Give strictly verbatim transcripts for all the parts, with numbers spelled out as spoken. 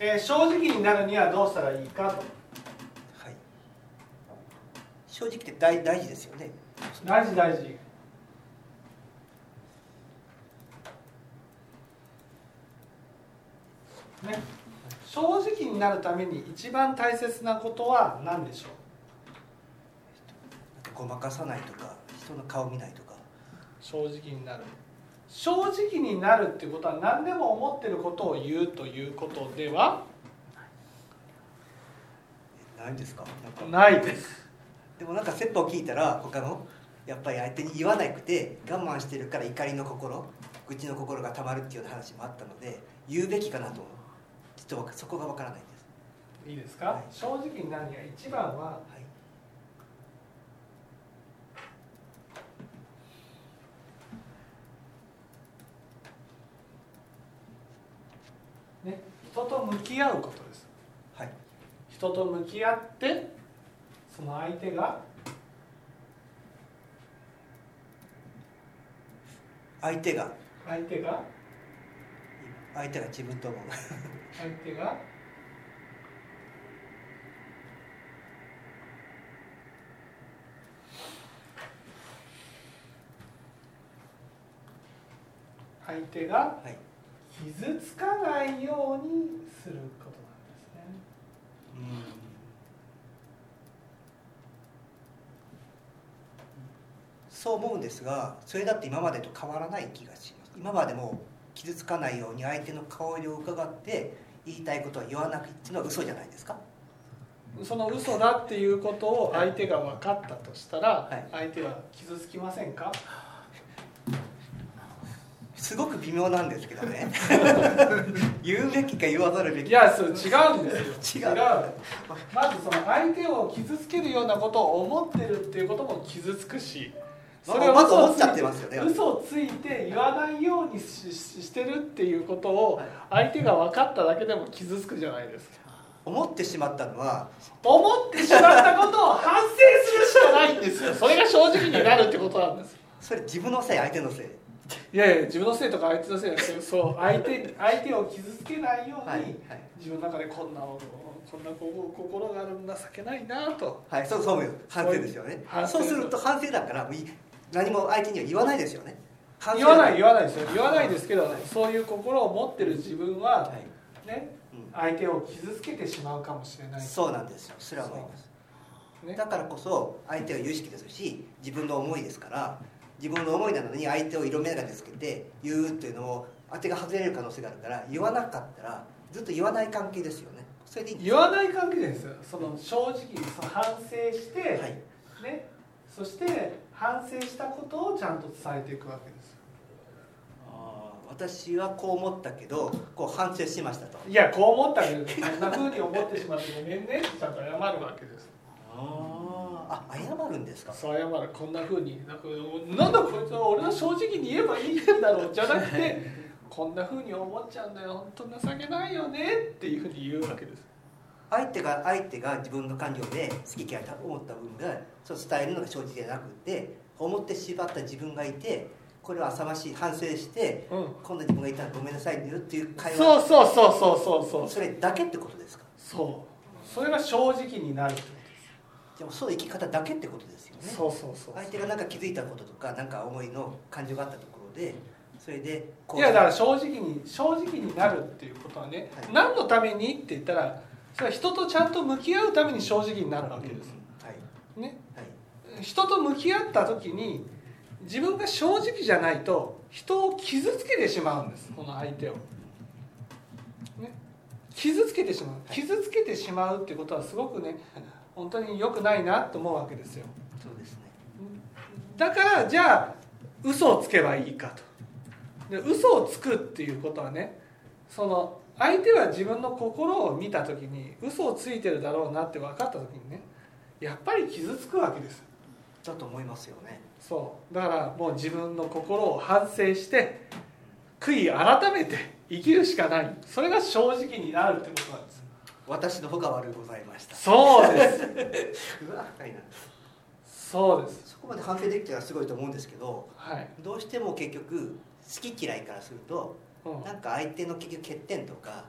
えー、正直になるにはどうしたらいいかと。はい、 正直って大大事ですよね。 大事大事。ね、正直になるために一番大切なことは何でしょう。 ごまかさないとか、人の顔見ないとか。 正直になる。正直になるっていうことは何でも思ってることを言うということではないんですか。なんかないです。 でもなんか説法を聞いたら他のやっぱり相手に言わなくて我慢してるから怒りの心、愚痴の心がたまるっていうような話もあったので言うべきかなと思う。ちょっとそこがわからないです。 いいですか、 はい、 正直になるには一番は、はいね、人と向き合うことです。はい、人と向き合ってその相手が相手が相手が相手が自分と思う相手が相手が、はい傷つかないようにすることなんですね。うんそう思うんですが、それだって今までと変わらない気がします。今までも傷つかないように相手の顔色を伺って言いたいことは言わなくていうのは嘘じゃないですか。 その嘘だっていうことを相手が分かったとしたら、はい、相手は傷つきませんか？ すごく微妙なんですけどね言うべきか言わざるべきか。 いや、そう違うんですよ。違う。違う。まずその相手を傷つけるようなことを思ってるっていうことも傷つくし、 それをまず思っちゃってますよね。 嘘をついて言わないように し, してるっていうことを相手が分かっただけでも傷つくじゃないですか。 思ってしまったのは思ってしまったことを反省するしかないんですよ。それが正直になるってことなんです。 それ自分のせい、相手のせい。 いやいや、自分のせいとか相手のせいですけど、そう相手相手を傷つけないように、はいはい、自分の中でこんなこんな心があるんだ、情けないなと。 はい、そうそう反省ですよね。そうすると反省だから何も相手には言わないですよね。 言わない言わないですよ。言わないですけど、はい、そういう心を持ってる自分は、はい、ね、うん、相手を傷つけてしまうかもしれない。 そうなんですよ。それは思います。ね、だからこそ相手は有識ですし、自分の思いですから。自分の思いなのに相手を色眼鏡つけて言うっていうのを当てが外れる可能性があるから、言わなかったらずっと言わない関係ですよね。それでいいんです。 言わない関係ですよ。その正直にその反省して、はい、ね、そして反省したことをちゃんと伝えていくわけです。 あ、私はこう思ったけどこう反省しましたと。 いや、こう思ったけどこんな風に思ってしまってごめんねってちゃんと謝るわけです。 ああ、謝るんですか。 そう、謝る。こんな風になんか、なんだこいつは俺は正直に言えばいいんだろうじゃなくてこんな風に思っちゃうんだよ、本当情けないよねっていう風に言うわけです。 相手が相手が自分の感情で好き嫌いと思った分がそう伝えるのが正直じゃなくて、思ってしまった自分がいて、これは浅ましい反省して、うん、今度自分がいたらごめんなさいねよっていう会話。 そうそうそうそうそうそう。 それだけってことですか。 そう。それが正直になるってことです。 でもそういう生き方だけってことですよね。 そうそうそう。 相手が何か気づいたこととか何か思いの感情があったところで、それでこういやだから正直に正直になるっていうことはね、はい、何のためにって言ったら、それは人とちゃんと向き合うために正直になるわけです。うん、はいね、はい、人と向き合った時に自分が正直じゃないと人を傷つけてしまうんです。この相手を、ね、傷つけてしまう傷つけてしまうっていうことはすごくね、本当に良くないなと思うわけですよ。 そうですね。 だからじゃあ嘘をつけばいいかと。で、嘘をつくっていうことはね、その相手は自分の心を見た時に嘘をついてるだろうなって分かった時にね、やっぱり傷つくわけです。 だと思いますよね。 そうだからもう自分の心を反省して悔い改めて生きるしかない。それが正直になるってことなんです。 私の方が悪いございました。 そうですうわ、深いな。 そうです。 そこまで反省できたらすごいと思うんですけど、 はい、 どうしても結局好き嫌いからすると、うん、なんか相手の結局欠点とか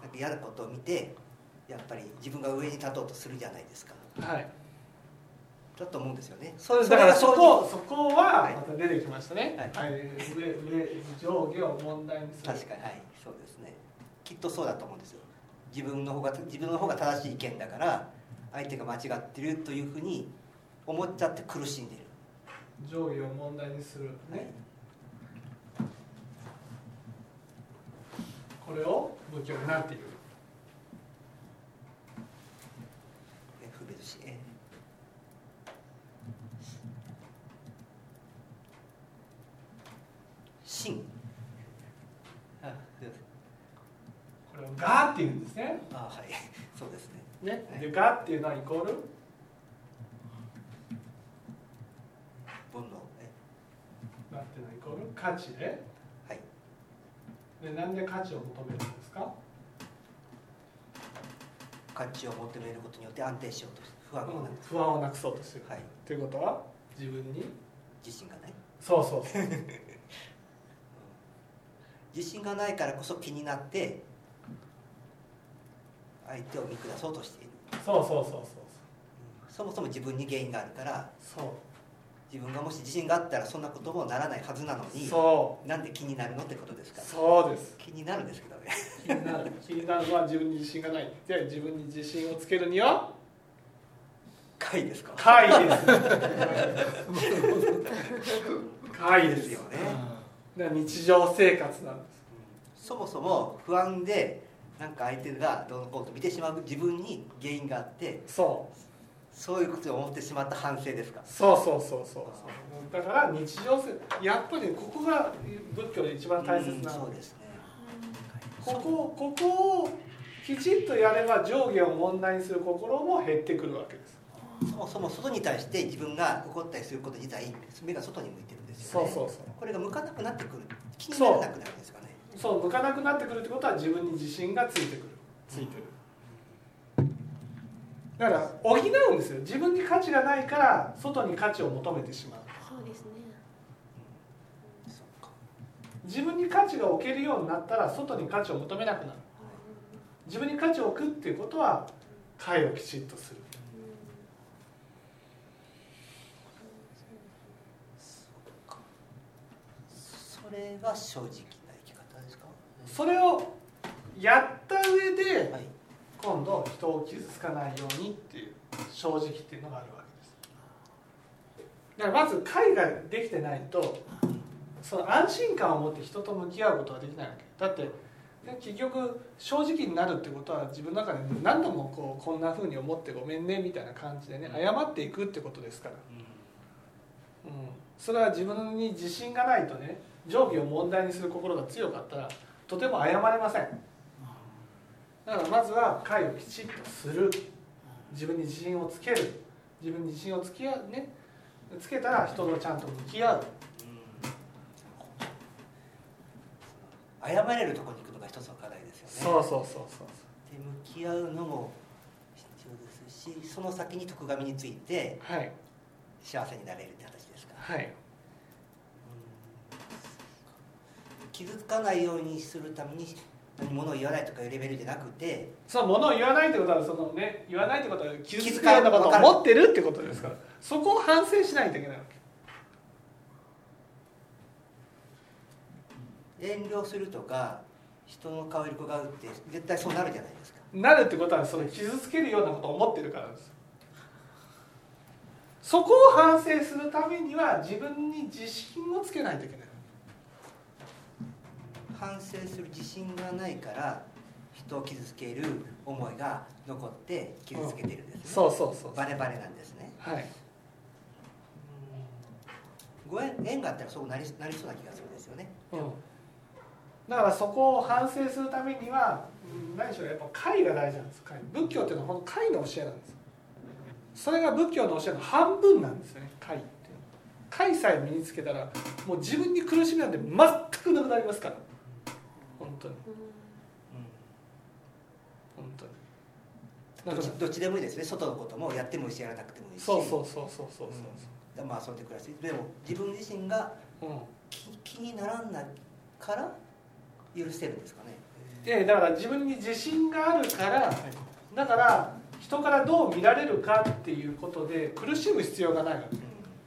なんか嫌なことを見てやっぱり自分が上に立とうとするじゃないですか。 はいだと思うんですよね。 そうです。だからそこそこはまた出てきましたね。はい、はい、上上上下を問題にする。 確かに、はい、そうですね。きっとそうだと思うんですよ。自分の方が自分の方が正しい意見だから相手が間違ってるというふうに思っちゃって苦しんでいる。 上下を問題にするね。はい、これを仏教になっている。 不別し、え真。あ、 これをがっていうんですね。 あ、はい、そうですね。 ね、でがっていうのはイコール煩悩。 がっていうのはイコール価値で。 はい。 で、なんで価値を求めるんですか？ 価値を求めることによって安定しようとして不安をなくす、 不安をなくそうとする。 はい。 ということは自分に自信がない。 そうそうそう。 自信がないからこそ気になって相手を見下そうとしている。 そうそうそうそう。 そもそも自分に原因があるから、 そう。 自分がもし自信があったらそんなこともならないはずなのに、 そうなんで気になるのってことですから。 そうです。 気になるんですけどね。 気になる。気になるのは自分に自信がない。で、自分に自信をつけるには解ですか。 解です。解ですよね。だから日常生活なんです。 そもそも不安でなんか相手がどうのこうと見てしまう自分に原因があって、 そうそういうことを思ってしまった反省ですか。 そうそうそうそうそうだから日常生活、やっぱりここが仏教で一番大切な、 そうですね。 ここここをきちっとやれば上下を問題にする心も減ってくるわけです。 そもそも外に対して自分が怒ったりすること自体目が外に向いてるんですよね。 そうそうそう。 これが向かなくなってくる、気にならなくなるんですかね。 そう、向かなくなってくるってことは自分に自信がついてくる、ついてる。だから補うんですよ。自分に価値がないから外に価値を求めてしまう。 そうですね。 自分に価値が置けるようになったら外に価値を求めなくなる。自分に価値を置くっていうことは解をきちっとする。 それが正直な生き方ですか。 それをやった上で、 はい、 今度人を傷つかないようにっていう正直っていうのがあるわけです。だからまず解ができてないとその安心感を持って人と向き合うことはできないわけだって、ね、結局正直になるってことは自分の中で何度もこうこんな風に思ってごめんねみたいな感じでね謝っていくってことですから、うん、それは自分に自信がないとね上下を問題にする心が強かったらとても謝れません。だからまずは解をきちっとする、自分に自信をつける、自分に自信をつけ、ね、つけたら人とちゃんと向き合う。 謝れるところに行くのが一つの課題ですよね。 そうそうそうそうで向き合うのも必要ですし、その先に徳神について幸せになれるって形ですか。 はい。 傷つかないようにするために何物を言わないとかいうレベルじゃなくて、 そう物を言わないってことはそのね言わないってことは傷つくようなことを思ってるってことですから、そこを反省しないといけないわけ。遠慮するとか人の顔色を伺うって絶対そうなるじゃないですか。 なるってことはその傷つけるようなことを思ってるからです。そこを反省するためには自分に自信をつけないといけない。 反省する自信がないから人を傷つける思いが残って傷つけてるんですね、うん、 そうそうそうバレバレなんですね。 はい。 ご縁縁があったらそうなり、なりそうな気がするんですよね、 うん、だからそこを反省するためには何しろやっぱ解が大事なんです。解仏教っていうのは本当解の教えなんです。それが仏教の教えの半分なんですよね。解っていう解さえ身につけたらもう自分に苦しみなんて全くなくなりますから。本当に、うん、本当にどっち、どっちでもいいですね。外のこともやってもいいしやらなくてもいいし、 そうそうそうそうそうそう、 うん、まあ遊んで暮らしてでも自分自身が気、うん、気にならないから許せるんですかね。 いやだから自分に自信があるから、だから人からどう見られるかっていうことで苦しむ必要がないわけ、うん、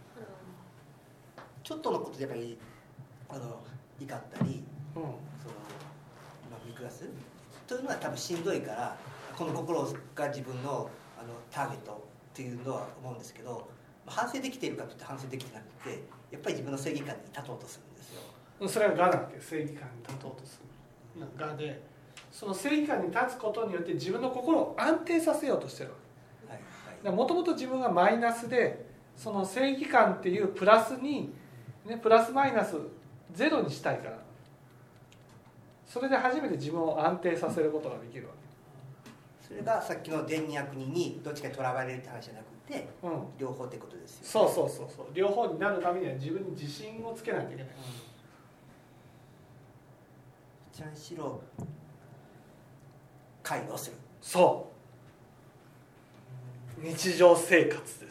ちょっとのことでやっぱりあの怒ったり、うん、そのまあ、見下すというのは多分しんどいから、この心が自分のあのターゲットっていうのは思うんですけど、反省できているかといって反省できてなくて、やっぱり自分の正義感に立とうとするんですよ。 それは我だっけ、正義感に立とうとする我で、その正義感に立つことによって自分の心を安定させようとしてるわけ。もともと自分がマイナスで、その正義感っていうプラスに、ね、プラスマイナスゼロにしたいから、それで初めて自分を安定させることができるわけ。 それがさっきの善人悪人にどっちかにとらわれるって話じゃなくて、うん、両方ってことですよ、ね、 そうそうそうそう、両方になるためには自分に自信をつけないといけない、うん、 ちゃんしろ会話をする、 そう日常生活です。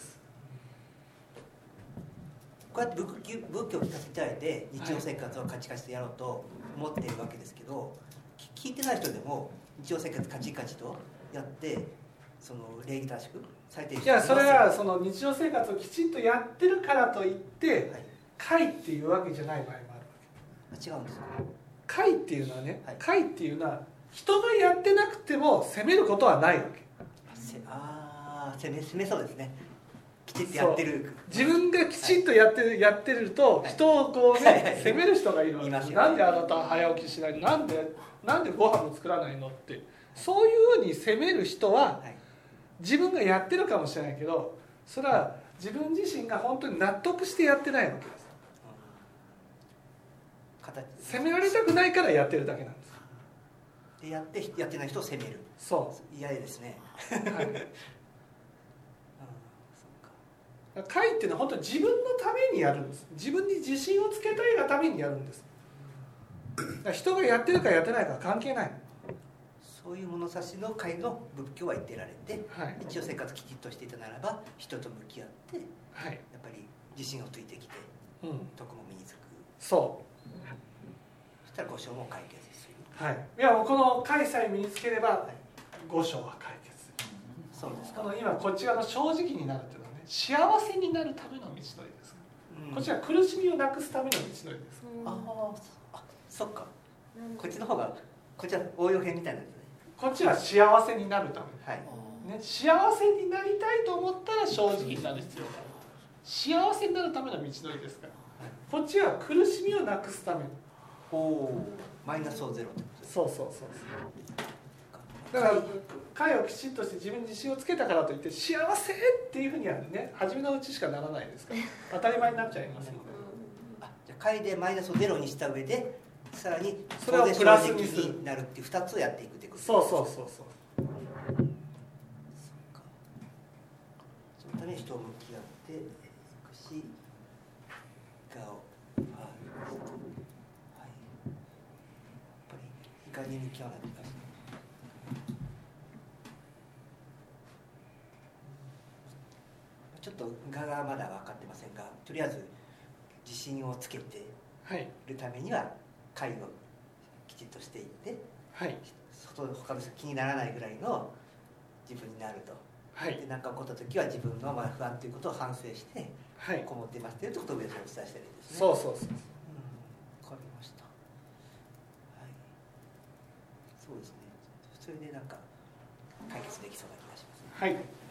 こうやって仏教を聞かせてあげて日常生活を価値化してやろうと思っているわけですけど、はい、聞いてない人でも日常生活カチカチとやってその礼儀正しくされている人います。 いや、それはその日常生活をきちんとやってるからといって会っていうわけじゃない場合もあるわけ。違うんですか。 会っていうのはね、はい、会っていうのは人がやってなくても責めることはないわけ。 ああ、責め、責めそうですね。きちっとやってる。 自分がきちんとやってる、はい、やってると人をこうね、はいはいはい、責める人がいるわけ。ね、なんであなたは早起きしないの、なんでなんでご飯も作らないのって、そういうふうに責める人は自分がやってるかもしれないけど、それは自分自身が本当に納得してやってないわけです。責められたくないからやってるだけなんです。 でやってやってない人を責める。 そう嫌ですね。はい。 会っていうのは本当に自分のためにやるんです。自分に自信をつけたいがためにやるんです。だから人がやってるかやってないか関係ない。 そういう物差しの会の仏教は言ってられて、はい、日常生活きちっとしていたならば人と向き合って、はい、やっぱり自信をついてきて、うん、徳も身につく。 そう。 そしたら五章も解決する。 はい。いやこの会さえ身につければ、はい、五章は解決する。 そうですか。 この今こっち側の正直になるっていうのはね、幸せになるための道のりです。うん、こっちは苦しみをなくすための道のりです。 うん、ああ、そっか。こっちの方がこっちは応用編みたいなんですね。 こっちは幸せになるため、はいね、幸せになりたいと思ったら正直になる必要がある。幸せになるための道のりですから、はい、こっちは苦しみをなくすための。 おマイナスをゼロってことです。 そうそうそうそう。だから会をきちんとして自分に自信をつけたからといって幸せっていうふうにはね、初めのうちしかならないですから当たり前になっちゃいますので、 あ、じゃあ会でマイナスをゼロにした上でさらにそれをプラスにするになるっていうふたつをやっていくってことです。 そうそうそうそう。 そのために人を向き合っていくし、我を、はい、はい、やっぱり怒りに向き合わないといけないですね。ちょっと我がまだ分かってませんが、とりあえず自信をつけているためには会をきちっとしていって、はい、外他の人気にならないぐらいの自分になると、はい、で何か起こった時は自分のまあ不安ということを反省して、はい、こもってますということを上からお伝えしたらいいですね。 そうそうそう、うん、分かりました。はい、そうですね。それでなんか解決できそうな気がしますね。 はい。